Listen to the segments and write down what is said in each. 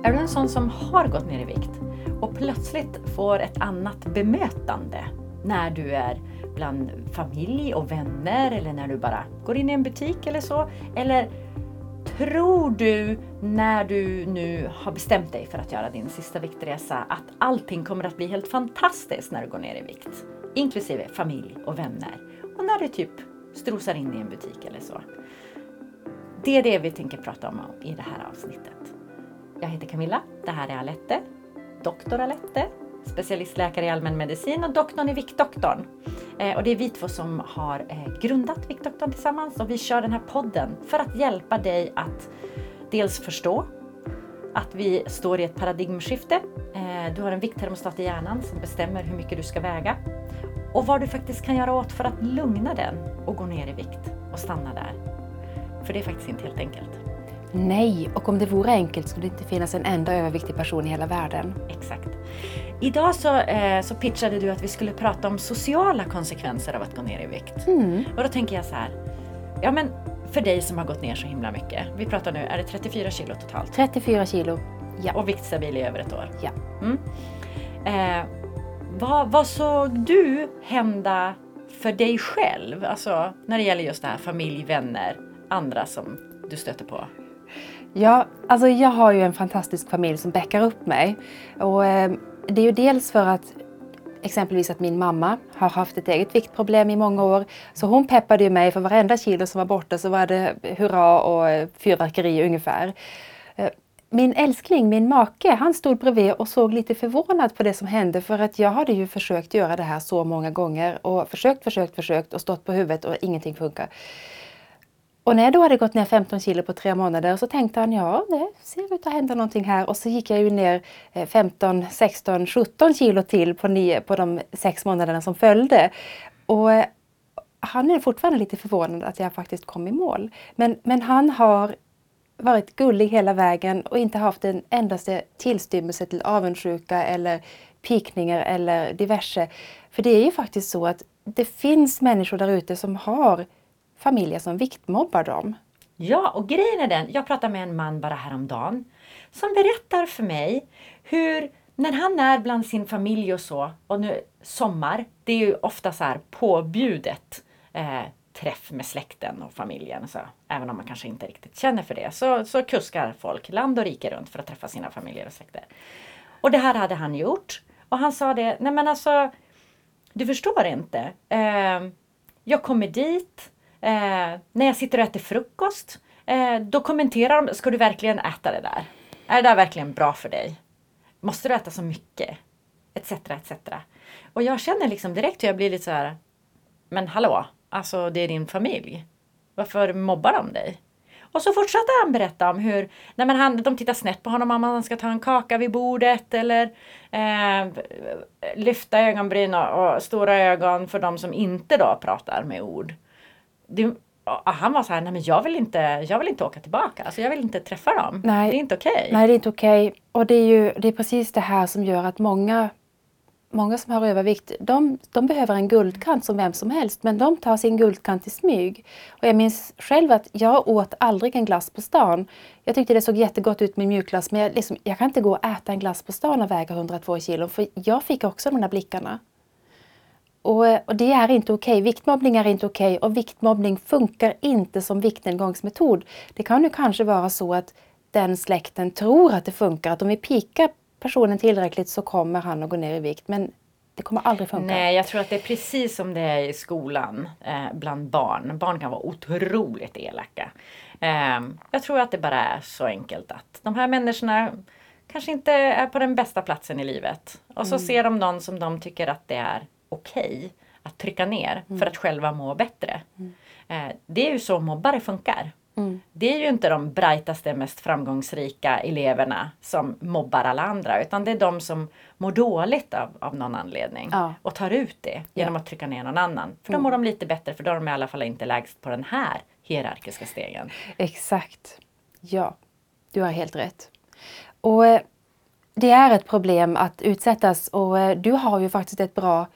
Är du en sån som har gått ner i vikt och plötsligt får ett annat bemötande när du är bland familj och vänner eller när du bara går in i en butik eller så? Eller tror du när du nu har bestämt dig för att göra din sista viktresa att allting kommer att bli helt fantastiskt när du går ner i vikt? Inklusive familj och vänner. Och när du typ strosar in i en butik eller så. Det är det vi tänker prata om i det här avsnittet. Jag heter Camilla, det här är Alette, doktor Alette, specialistläkare i allmänmedicin och doktorn i Viktdoktorn. Och det är vi två som har grundat Viktdoktorn tillsammans och vi kör den här podden för att hjälpa dig att dels förstå att vi står i ett paradigmskifte. Du har en vikttermostat i hjärnan som bestämmer hur mycket du ska väga och vad du faktiskt kan göra åt för att lugna den och gå ner i vikt och stanna där. För det är faktiskt inte helt enkelt. Nej, och om det vore enkelt skulle det inte finnas en enda överviktig person i hela världen. Exakt. Idag så pitchade du att vi skulle prata om sociala konsekvenser av att gå ner i vikt. Och då tänker jag så här. Ja men för dig som har gått ner så himla mycket. Vi pratar nu, är det 34 kilo totalt? 34 kilo, ja. Och viktstabil i över ett år? Ja. Vad såg du hända för dig själv? Alltså när det gäller just det här familj, vänner, andra som du stöter på. Ja, alltså jag har ju en fantastisk familj som backar upp mig. Och det är ju dels för att exempelvis att min mamma har haft ett eget viktproblem i många år. Så hon peppade ju mig för varenda kilo som var borta så var det hurra och fyrverkeri ungefär. Min älskling, min make, han stod bredvid och såg lite förvånad på det som hände. För att jag hade ju försökt göra det här så många gånger. Och försökt och stått på huvudet och ingenting funkar. Och när jag då hade gått ner 15 kilo på 3 månader så tänkte han, ja det ser ut att hända någonting här. Och så gick jag ju ner 15, 16, 17 kilo till på de 6 månaderna som följde. Och han är fortfarande lite förvånad att jag faktiskt kom i mål. Men han har varit gullig hela vägen och inte haft en endaste tillstymmelse till avundsjuka eller pikningar eller diverse. För det är ju faktiskt så att det finns människor där ute som har familjer som viktmobbar dem. Ja, och grejen är den. Jag pratade med en man bara häromdagen som berättar för mig hur när han är bland sin familj och så, och nu sommar, det är ju ofta så här påbjudet träff med släkten och familjen. Så, även om man kanske inte riktigt känner för det så kuskar folk land och rike runt för att träffa sina familjer och släkter. Och det här hade han gjort. Och han sa det, nej men alltså, du förstår inte. Jag kommer dit. När jag sitter och äter frukost, då kommenterar de, ska du verkligen äta det där? Är det där verkligen bra för dig? Måste du äta så mycket? Etc, etc. Och jag känner liksom direkt hur jag blir lite så här, men hallå, alltså det är din familj. Varför mobbar de dig? Och så fortsatte han berätta om hur de tittar snett på honom om han ska ta en kaka vid bordet eller lyfta ögonbryn och stora ögon för de som inte då pratar med ord. Han var så här, nej men jag vill inte åka tillbaka. Alltså jag vill inte träffa dem. Nej, det är inte okej. Nej, det är inte okej. Och det är precis det här som gör att många som har övervikt, de behöver en guldkant som vem som helst. Men de tar sin guldkant i smyg. Och jag minns själv att jag åt aldrig en glass på stan. Jag tyckte det såg jättegott ut med mjukglass. Men jag kan inte gå och äta en glass på stan och väga 102 kilo. För jag fick också de där blickarna. Och det är inte okej. Viktmobbning är inte okej. Och viktmobbning funkar inte som viktnedgångsmetod. Det kan ju kanske vara så att den släkten tror att det funkar. Att om vi pikar personen tillräckligt så kommer han att gå ner i vikt. Men det kommer aldrig funka. Nej, jag tror att det är precis som det är i skolan bland barn. Barn kan vara otroligt elaka. Jag tror att det bara är så enkelt att de här människorna kanske inte är på den bästa platsen i livet. Och så ser de någon som de tycker att det är okej att trycka ner för att själva må bättre. Det är ju så mobbare funkar. Det är ju inte de brightaste, mest framgångsrika eleverna som mobbar alla andra. Utan det är de som mår dåligt av någon anledning. Ja. Och tar ut det genom att trycka ner någon annan. För då mår de lite bättre, för då är de i alla fall inte lägst på den här hierarkiska stegen. Exakt. Ja, du har helt rätt. Och det är ett problem att utsättas. Och du har ju faktiskt ett bra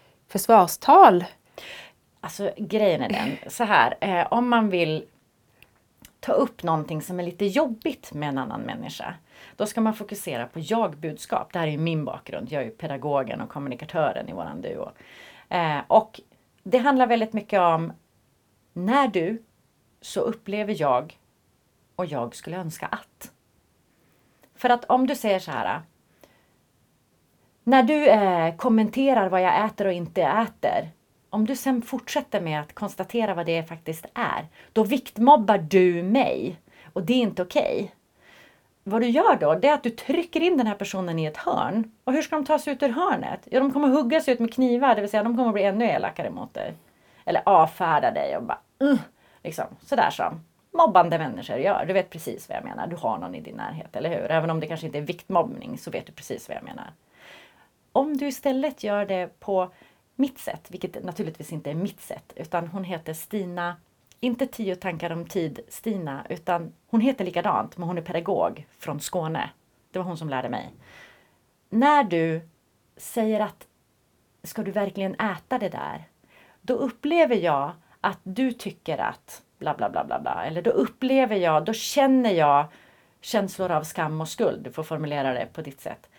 försvarstal. Alltså grejen är den. Så här, om man vill ta upp någonting som är lite jobbigt med en annan människa. Då ska man fokusera på jag-budskap. Det här är ju min bakgrund. Jag är ju pedagogen och kommunikatören i våran duo. Och det handlar väldigt mycket om när du så upplever jag och jag skulle önska att. För att om du säger så här. När du kommenterar vad jag äter och inte äter. Om du sen fortsätter med att konstatera vad det faktiskt är. Då viktmobbar du mig. Och det är inte okej. Vad du gör då, det är att du trycker in den här personen i ett hörn. Och hur ska de ta sig ut ur hörnet? Ja, de kommer hugga sig ut med knivar. Det vill säga, de kommer bli ännu elakare mot dig. Eller avfärda dig och bara... liksom, sådär som mobbande människor gör. Du vet precis vad jag menar. Du har någon i din närhet, eller hur? Även om det kanske inte är viktmobbning så vet du precis vad jag menar. Om du istället gör det på mitt sätt, vilket naturligtvis inte är mitt sätt, utan hon heter Stina, inte 10 tankar om tid Stina, utan hon heter likadant, men hon är pedagog från Skåne. Det var hon som lärde mig. När du säger att ska du verkligen äta det där, då upplever jag att du tycker att bla bla bla bla bla, eller då känner jag känslor av skam och skuld. Du får formulera det på ditt sätt.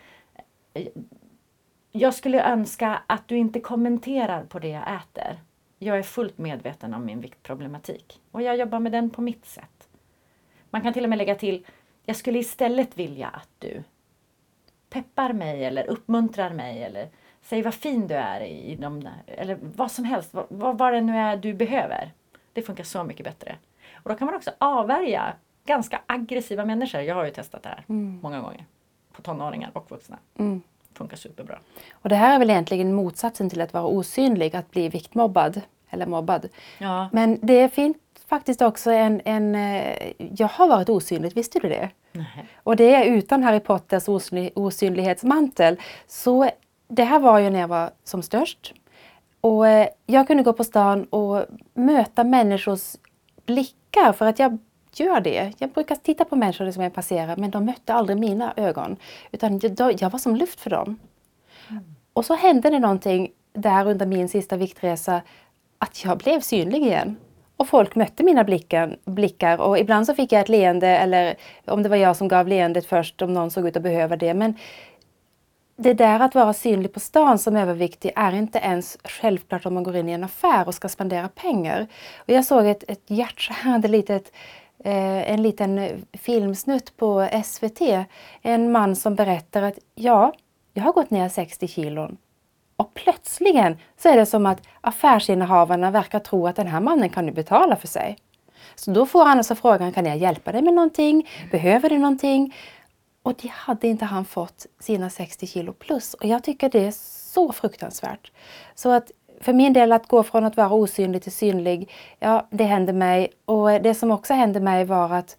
Jag skulle önska att du inte kommenterar på det jag äter. Jag är fullt medveten om min viktproblematik. Och jag jobbar med den på mitt sätt. Man kan till och med lägga till. Jag skulle istället vilja att du peppar mig eller uppmuntrar mig. Eller säger vad fin du är i de där. Eller vad som helst. Vad det nu är du behöver. Det funkar så mycket bättre. Och då kan man också avvärja ganska aggressiva människor. Jag har ju testat det här många gånger. På tonåringar och vuxna. Funkar superbra. Och det här är väl egentligen motsatsen till att vara osynlig, att bli viktmobbad eller mobbad. Ja. Men det finns faktiskt också jag har varit osynlig, visste du det? Nej. Och det är utan Harry Potters osynlighetsmantel. Så det här var ju när jag var som störst. Och jag kunde gå på stan och möta människors blickar, för att jag gör det. Jag brukar titta på människor som jag passerar, men de mötte aldrig mina ögon. Utan jag var som luft för dem. Och så hände det någonting där under min sista viktresa, att jag blev synlig igen. Och folk mötte mina blickar och ibland så fick jag ett leende, eller om det var jag som gav leendet först, om någon såg ut att behöva det. Men det där att vara synlig på stan som överviktig är inte ens självklart om man går in i en affär och ska spendera pengar. Och jag såg ett hjärtskärande en liten filmsnutt på SVT. En man som berättar att jag har gått ner 60 kilon. Och plötsligen så är det som att affärsinnehavarna verkar tro att den här mannen kan nu betala för sig. Så då får han alltså frågan, kan jag hjälpa dig med någonting? Behöver du någonting? Och det hade inte han fått, sina 60 kilo plus. Och jag tycker det är så fruktansvärt. Så att för min del att gå från att vara osynlig till synlig, ja, det hände mig. Och det som också hände mig var att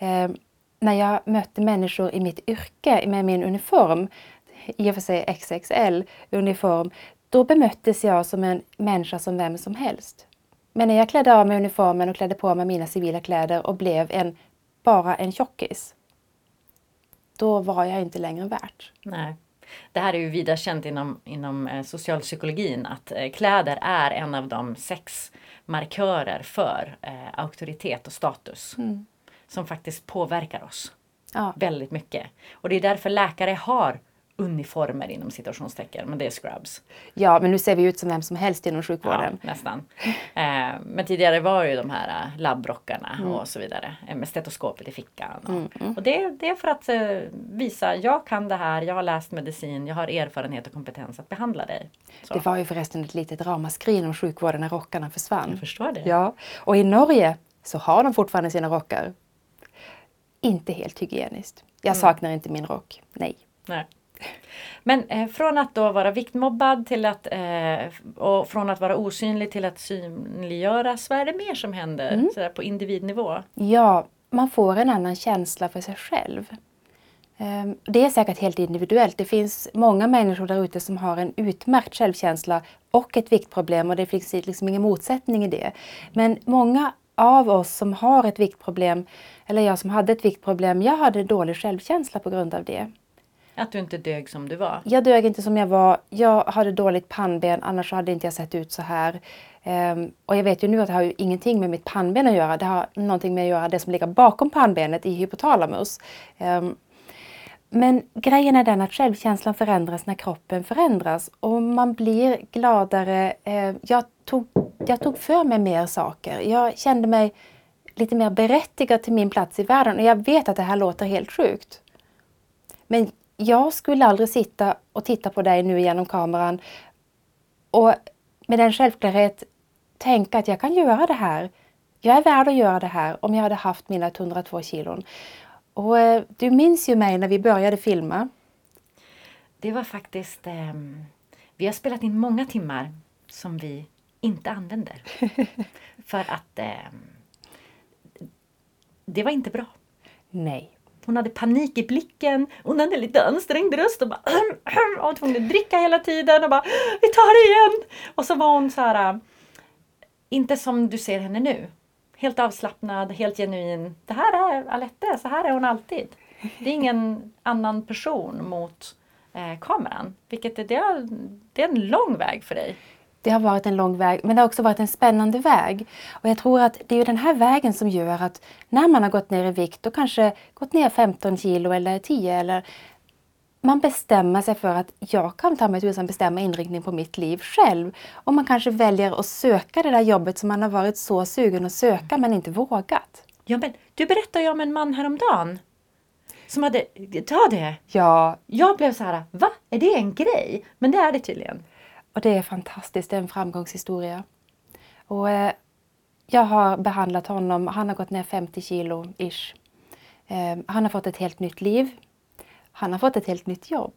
när jag mötte människor i mitt yrke med min uniform, i och för sig XXL-uniform, då bemöttes jag som en människa som vem som helst. Men när jag klädde av mig uniformen och klädde på mig mina civila kläder och blev bara en tjockis, då var jag inte längre värt. Nej. Det här är ju vida känt inom socialpsykologin, att kläder är en av de 6 markörer för auktoritet och status som faktiskt påverkar oss väldigt mycket. Och det är därför läkare har uniformer inom situationstecken, men det är scrubs. Ja, men nu ser vi ut som vem som helst inom sjukvården. Ja, nästan. Men tidigare var ju de här labbrockarna och så vidare, med stetoskopet i fickan. Och det är för att visa, jag kan det här, jag har läst medicin, jag har erfarenhet och kompetens att behandla dig. Så. Det var ju förresten ett litet ramaskri inom sjukvården när rockarna försvann. Jag förstår det. Ja, och i Norge så har de fortfarande sina rockar. Inte helt hygieniskt. Jag saknar inte min rock, nej. Men från att då vara viktmobbad till och från att vara osynlig till att synliggöras, vad är det mer som händer sådär på individnivå? Ja, man får en annan känsla för sig själv. Det är säkert helt individuellt. Det finns många människor där ute som har en utmärkt självkänsla och ett viktproblem, och det finns liksom ingen motsättning i det. Men många av oss som har ett viktproblem, eller jag som hade ett viktproblem, jag hade dålig självkänsla på grund av det. Att du inte dög som du var. Jag dög inte som jag var. Jag hade dåligt pannben, annars hade inte jag sett ut så här. Och jag vet ju nu att det har ju ingenting med mitt pannben att göra. Det har någonting med att göra det som ligger bakom pannbenet i hypotalamus. Men grejen är den att självkänslan förändras när kroppen förändras. Och man blir gladare. Jag tog för mig mer saker. Jag kände mig lite mer berättigad till min plats i världen. Och jag vet att det här låter helt sjukt. Men jag skulle aldrig sitta och titta på dig nu genom kameran och med den självklarhet tänka att jag kan göra det här. Jag är värd att göra det här om jag hade haft mina 102 kilon. Och du minns ju mig när vi började filma. Det var faktiskt, vi har spelat in många timmar som vi inte använder. För att det var inte bra. Nej. Hon hade panik i blicken. Hon hade lite ansträngd röst och bara och hon tvungen att dricka hela tiden och bara vi tar det igen. Och så var hon så här, inte som du ser henne nu. Helt avslappnad, helt genuin. Det här är Alette, så här är hon alltid. Det är ingen annan person mot kameran. Vilket det är en lång väg för dig. Det har varit en lång väg, men det har också varit en spännande väg. Och jag tror att det är den här vägen som gör att när man har gått ner i vikt och kanske gått ner 15 kilo eller 10 eller man bestämmer sig för att jag kan ta mig tusan bestämma inriktning på mitt liv själv. Och man kanske väljer att söka det där jobbet som man har varit så sugen att söka men inte vågat. Ja, men du berättade ju om en man häromdagen som hade, ta det. Ja. Jag blev så här, va? Är det en grej? Men det är det tydligen. Och det är fantastiskt, det är en framgångshistoria. Och jag har behandlat honom, han har gått ner 50 kilo ish. Han har fått ett helt nytt liv. Han har fått ett helt nytt jobb.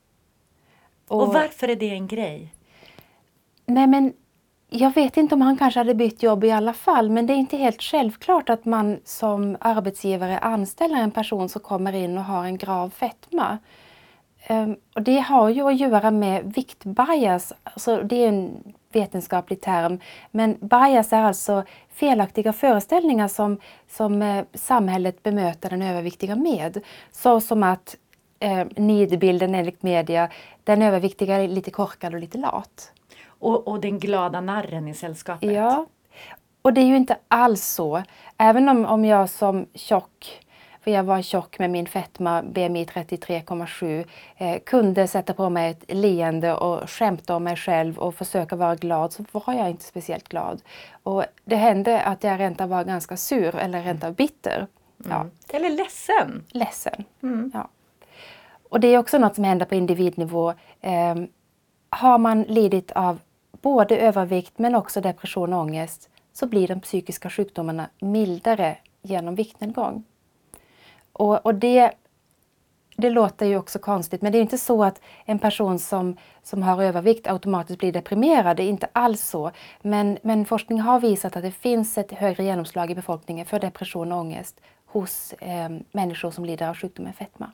Och varför är det en grej? Nej men, jag vet inte om han kanske hade bytt jobb i alla fall. Men det är inte helt självklart att man som arbetsgivare anställer en person som kommer in och har en grav fetma. Och det har ju att göra med viktbias. Alltså det är en vetenskaplig term. Men bias är alltså felaktiga föreställningar som samhället bemöter den överviktiga med. Så som att nidbilden enligt media, den överviktiga är lite korkad och lite lat. Och den glada narren i sällskapet. Ja, och det är ju inte alls så. Även om jag som tjock, för jag var tjock med min fetma, BMI 33,7, kunde sätta på mig ett leende och skämta om mig själv och försöka vara glad, så var jag inte speciellt glad. Och det hände att jag rent av var ganska sur eller rent av bitter. Ja. Eller ledsen. Ledsen, ja. Och det är också något som händer på individnivå. Har man lidit av både övervikt men också depression och ångest, så blir de psykiska sjukdomarna mildare genom viktnedgång. Och det låter ju också konstigt, men det är inte så att en person som har övervikt automatiskt blir deprimerad. Det är inte alls så. Men forskning har visat att det finns ett högre genomslag i befolkningen för depression och ångest hos människor som lider av sjukdomen fetma.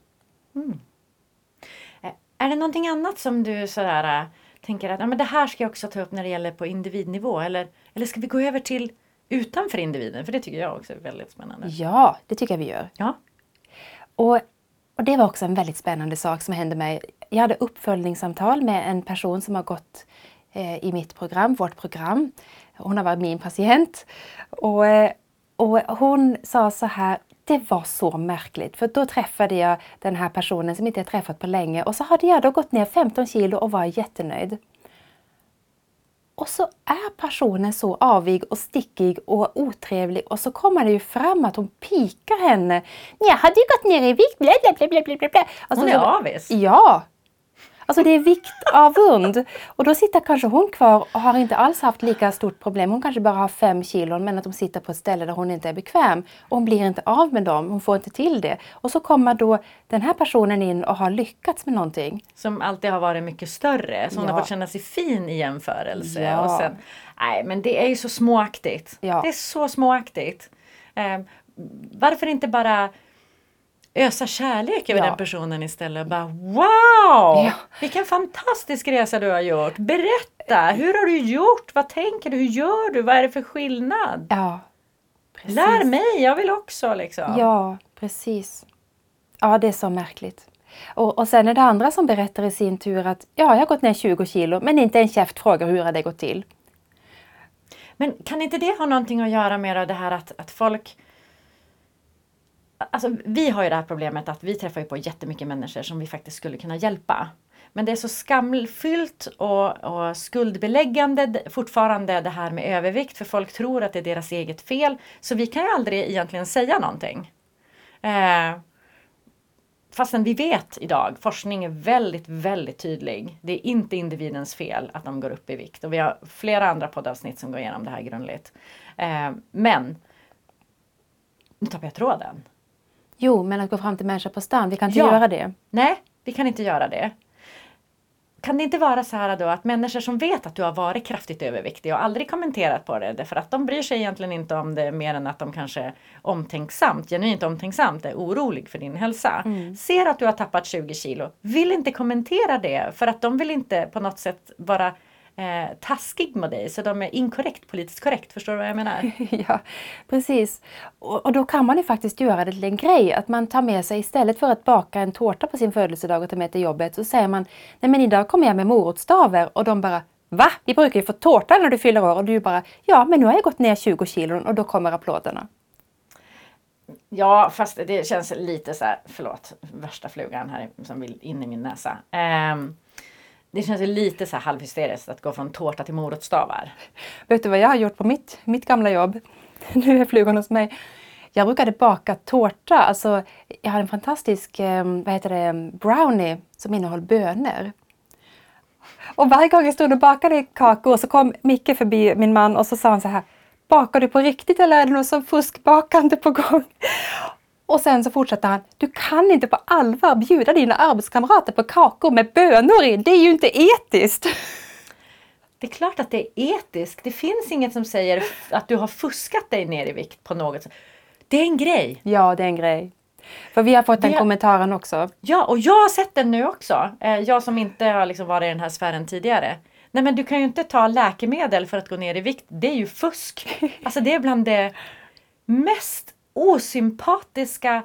Är det någonting annat som du sådär tänker att men det här ska jag också ta upp när det gäller på individnivå? Eller ska vi gå över till utanför individen? För det tycker jag också är väldigt spännande. Ja, det tycker jag vi gör. Ja. Och det var också en väldigt spännande sak som hände mig. Jag hade uppföljningssamtal med en person som har gått i vårt program. Hon har varit min patient. Och hon sa så här, det var så märkligt. För då träffade jag den här personen som inte jag träffat på länge. Och så hade jag då gått ner 15 kilo och var jättenöjd. Och så är personen så avig och stickig och otrevlig. Och så kommer det ju fram att hon pikar henne. Jag hade ju gått ner i vikt. Bla, bla, bla, bla, bla. Alltså, hon är avis. Ja. Alltså det är viktavund. Och då sitter kanske hon kvar och har inte alls haft lika stort problem. Hon kanske bara har 5 kilon, men att de sitter på ett ställe där hon inte är bekväm. Och hon blir inte av med dem. Hon får inte till det. Och så kommer då den här personen in och har lyckats med någonting. Som alltid har varit mycket större. Som hon har fått känna sig fin i jämförelse. Ja. Och sen, nej, men det är ju så småaktigt. Ja. Det är så småaktigt. Varför inte bara ösa kärlek över den personen istället och bara wow! Vilken fantastisk resa du har gjort. Berätta, hur har du gjort? Vad tänker du? Hur gör du? Vad är det för skillnad? Ja, precis. Lär mig, jag vill också liksom. Ja, precis. Ja, det är så märkligt. Och sen är det andra som berättar i sin tur att ja, jag har gått ner 20 kilo men inte en käft frågar hur har det gått till. Men kan inte det ha någonting att göra med det här att folk... Alltså vi har ju det här problemet att vi träffar ju på jättemycket människor som vi faktiskt skulle kunna hjälpa. Men det är så skamfyllt och skuldbeläggande fortfarande det här med övervikt. För folk tror att det är deras eget fel. Så vi kan ju aldrig egentligen säga någonting. Fastän vi vet idag, forskning är väldigt, väldigt tydlig. Det är inte individens fel att de går upp i vikt. Och vi har flera andra poddavsnitt som går igenom det här grundligt. Men, nu tappar jag tråden. Jo, men att gå fram till människor på stan, vi kan inte göra det. Nej, vi kan inte göra det. Kan det inte vara så här då att människor som vet att du har varit kraftigt överviktig och aldrig kommenterat på det, därför att de bryr sig egentligen inte om det mer än att de kanske genuint omtänksamt är orolig för din hälsa. Ser att du har tappat 20 kilo, vill inte kommentera det för att de vill inte på något sätt vara taskig med dig, så de är politiskt korrekt, förstår du vad jag menar? Ja, precis. Och då kan man ju faktiskt göra det till en grej, att man tar med sig istället för att baka en tårta på sin födelsedag och ta med till jobbet, så säger man, nej men idag kommer jag med morotstaver, och de bara, va? Vi brukar ju få tårta när du fyller år, och du bara, ja men nu har jag gått ner 20 kilo, och då kommer applåderna. Ja, fast det känns lite så här, förlåt, värsta flugan här som vill in i min näsa. Det känns lite så här halvhysteriskt att gå från tårta till morotstavar. Vet du vad jag har gjort på mitt gamla jobb? Nu är flugan hos mig. Jag brukade baka tårta. Alltså, jag hade en fantastisk brownie som innehöll bönor. Och varje gång jag stod och bakade kakor så kom Micke förbi, min man, och så sa han så här, bakar du på riktigt eller är det något som fuskbakande på gång? Och sen så fortsätter han, du kan inte på allvar bjuda dina arbetskamrater på kakor med bönor i. Det är ju inte etiskt. Det är klart att det är etiskt. Det finns inget som säger att du har fuskat dig ner i vikt på något sätt. Det är en grej. Ja, det är en grej. För vi har fått den kommentaren också. Ja, och jag har sett den nu också. Jag som inte har liksom varit i den här sfären tidigare. Nej, men du kan ju inte ta läkemedel för att gå ner i vikt. Det är ju fusk. Alltså det är bland det mest osympatiska,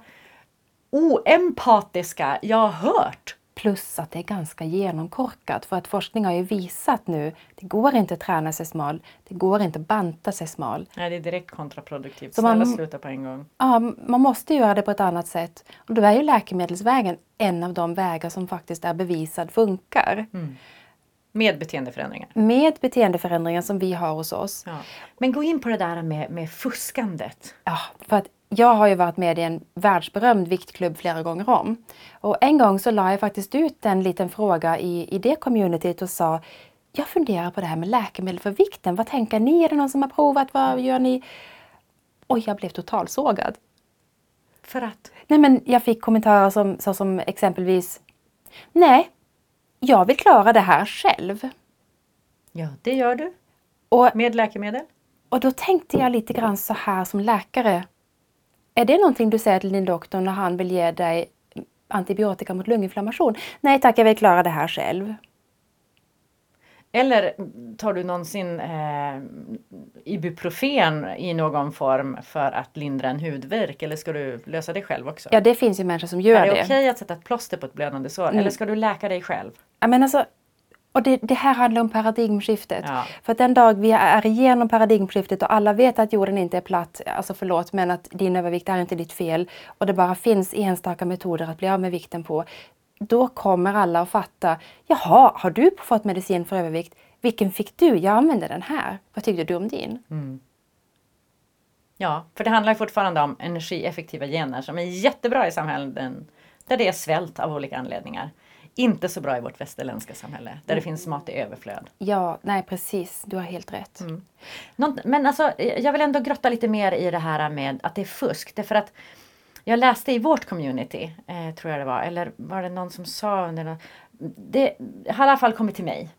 oempatiska jag har hört. Plus att det är ganska genomkorkat, för att forskning har ju visat nu, det går inte att träna sig smal, det går inte att banta sig smal. Nej, det är direkt kontraproduktivt. Så Snälla sluta på en gång. Ja, man måste göra det på ett annat sätt. Och då är ju läkemedelsvägen en av de vägar som faktiskt är bevisad funkar. Med beteendeförändringar. Med beteendeförändringar som vi har hos oss. Ja. Men gå in på det där med fuskandet. Ja, för att jag har ju varit med i en världsberömd viktklubb flera gånger om. Och en gång så la jag faktiskt ut en liten fråga i det communityt och sa, jag funderar på det här med läkemedel för vikten. Vad tänker ni? Är det någon som har provat? Vad gör ni? Och jag blev totalsågad. För att? Nej, men jag fick kommentarer som exempelvis, nej, jag vill klara det här själv. Ja, det gör du. Och med läkemedel. Och då tänkte jag lite grann så här som läkare. Är det någonting du säger till din doktor när han vill ge dig antibiotika mot lunginflammation? Nej tack, jag vill klara det här själv. Eller tar du någonsin ibuprofen i någon form för att lindra en hudvärk? Eller ska du lösa det själv också? Ja, det finns ju människor som gör det. Är det okej att sätta ett plåster på ett blödande sår? Eller ska du läka dig själv? Ja, men alltså, och det här handlar om paradigmskiftet. Ja. För att den dag vi är igenom paradigmskiftet och alla vet att jorden inte är platt, alltså förlåt, men att din övervikt är inte ditt fel och det bara finns enstaka metoder att bli av med vikten på, då kommer alla att fatta, jaha, har du fått medicin för övervikt? Vilken fick du? Jag använde den här. Vad tyckte du om din? Ja, för det handlar ju fortfarande om energieffektiva gener som är jättebra i samhällen där det är svält av olika anledningar. Inte så bra i vårt västerländska samhälle, där det finns mat i överflöd. Ja, nej precis. Du har helt rätt. Men alltså, jag vill ändå grotta lite mer i det här med att det är fusk. Därför att jag läste i vårt community, tror jag det var, eller var det någon som sa, det har i alla fall kommit till mig.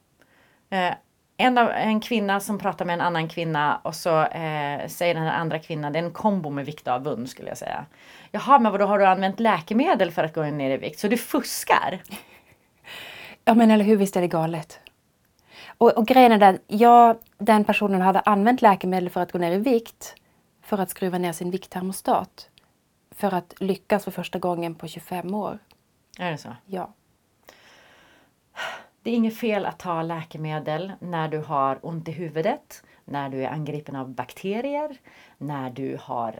En kvinna som pratar med en annan kvinna och så säger den här andra kvinnan, det är en kombo med viktavund skulle jag säga. Jaha, men vadå, har du använt läkemedel för att gå ner i vikt? Så du fuskar? Ja, men eller hur, visst är det galet. Och grejen är att den personen hade använt läkemedel för att gå ner i vikt, för att skruva ner sin vikttermostat, för att lyckas för första gången på 25 år. Är det så? Ja. Det är inget fel att ta läkemedel när du har ont i huvudet, när du är angripen av bakterier, när du har,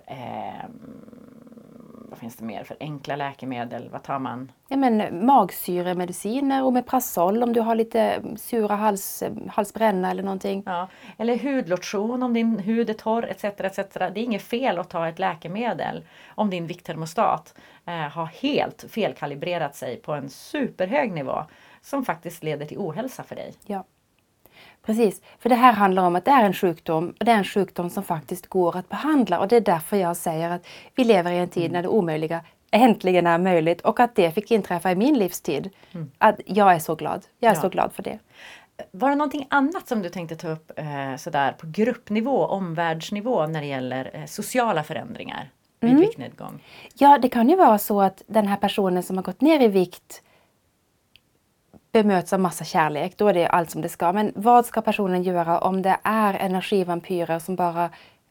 vad finns det mer för enkla läkemedel? Vad tar man? Ja, men magsyremediciner och Omeprazol om du har lite sura halsbränna eller någonting. Ja. Eller hudlotion om din hud är torr etc. etc. Det är inget fel att ta ett läkemedel om din vikttermostat har helt felkalibrerat sig på en superhög nivå som faktiskt leder till ohälsa för dig. Ja, precis. För det här handlar om att det är en sjukdom och det är en sjukdom som faktiskt går att behandla. Och det är därför jag säger att vi lever i en tid när det omöjliga äntligen är möjligt och att det fick inträffa i min livstid. Att jag är så glad. Jag är så glad för det. Var det någonting annat som du tänkte ta upp sådär på gruppnivå, omvärldsnivå när det gäller sociala förändringar vid viktnedgång? Ja, det kan ju vara så att den här personen som har gått ner i vikt bemöts av massa kärlek. Då är det allt som det ska. Men vad ska personen göra om det är energivampyrer som bara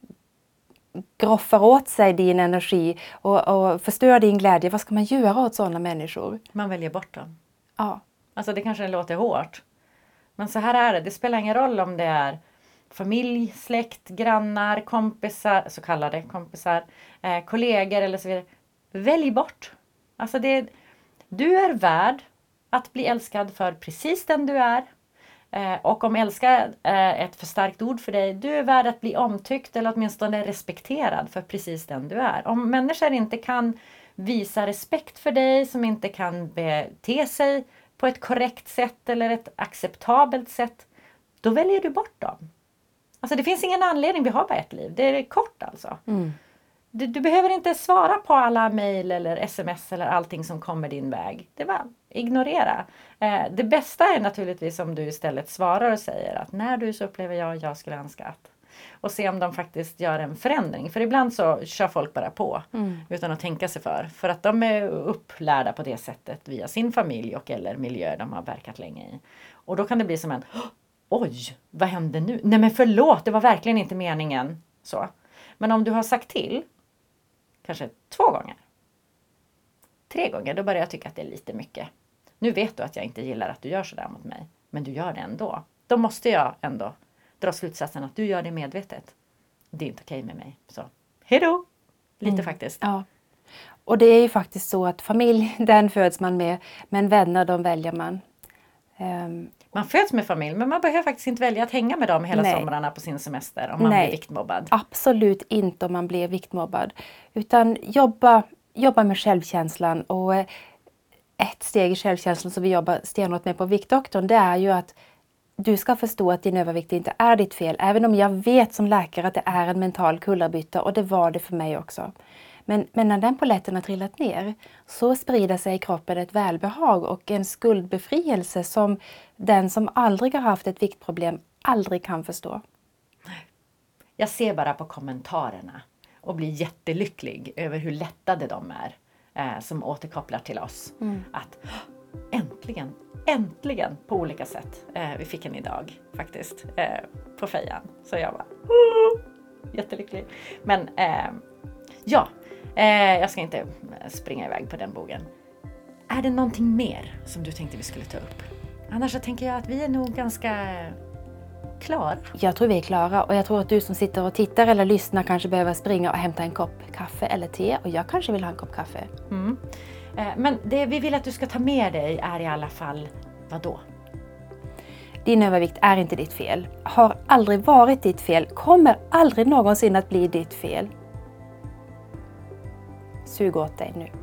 groffar åt sig din energi och förstör din glädje? Vad ska man göra åt sådana människor? Man väljer bort dem. Ja. Alltså det kanske låter hårt. Men så här är det. Det spelar ingen roll om det är familj, släkt, grannar, kompisar, så kallade kompisar, kollegor eller så vidare. Välj bort. Alltså du är värd att bli älskad för precis den du är. Och om älska är ett för starkt ord för dig, du är värd att bli omtyckt eller åtminstone respekterad för precis den du är. Om människor inte kan visa respekt för dig, som inte kan bete sig på ett korrekt sätt eller ett acceptabelt sätt, då väljer du bort dem. Alltså det finns ingen anledning, vi har bara ett liv. Det är kort alltså. Du behöver inte svara på alla mejl eller sms eller allting som kommer din väg. Det var ignorera. Det bästa är naturligtvis om du istället svarar och säger att när du så upplever jag skulle önska att. Och se om de faktiskt gör en förändring. För ibland så kör folk bara på utan att tänka sig för. För att de är upplärda på det sättet via sin familj och eller miljö de har verkat länge i. Och då kan det bli som en, oj, vad hände nu? Nej men förlåt, det var verkligen inte meningen. Så. Men om du har sagt till, kanske 2 gånger, 3 gånger, då börjar jag tycka att det är lite mycket. Nu vet du att jag inte gillar att du gör sådär mot mig. Men du gör det ändå. Då måste jag ändå dra slutsatsen att du gör det medvetet. Det är inte okej med mig. Så, hejdå! Lite faktiskt. Ja. Och det är ju faktiskt så att familj, den föds man med. Men vänner, de väljer man. Man föds med familj, men man behöver faktiskt inte välja att hänga med dem hela somrarna på sin semester om man blir viktmobbad. Absolut inte om man blir viktmobbad. Utan jobba med självkänslan. Och ett steg i självkänslan som vi jobbar stenhårt med på Viktdoktorn, det är ju att du ska förstå att din övervikt inte är ditt fel. Även om jag vet som läkare att det är en mental kullerbytta, och det var det för mig också. Men när den polletten har trillat ner så sprider sig i kroppen ett välbehag och en skuldbefrielse som den som aldrig har haft ett viktproblem aldrig kan förstå. Jag ser bara på kommentarerna och blir jättelycklig över hur lättade de är som återkopplar till oss. Att äntligen på olika sätt. Vi fick en idag faktiskt på fejan. Så jag var jättelycklig. Men jag ska inte springa iväg på den bogen. Är det någonting mer som du tänkte vi skulle ta upp? Annars så tänker jag att vi är nog ganska klara. Jag tror vi är klara, och jag tror att du som sitter och tittar eller lyssnar kanske behöver springa och hämta en kopp kaffe eller te, och jag kanske vill ha en kopp kaffe. Men det vi vill att du ska ta med dig är i alla fall, vad då? Din övervikt är inte ditt fel. Har aldrig varit ditt fel. Kommer aldrig någonsin att bli ditt fel. Sug åt dig nu.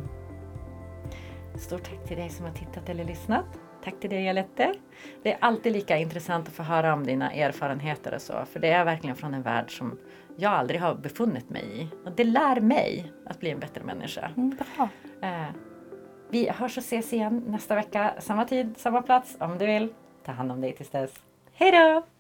Stort tack till dig som har tittat eller lyssnat. Tack till dig, Jalette. Det är alltid lika intressant att få höra om dina erfarenheter och så. För det är verkligen från en värld som jag aldrig har befunnit mig i. Och det lär mig att bli en bättre människa. Bra. Vi hörs och ses igen nästa vecka. Samma tid, samma plats om du vill. Ta hand om dig tills dess. Hej då!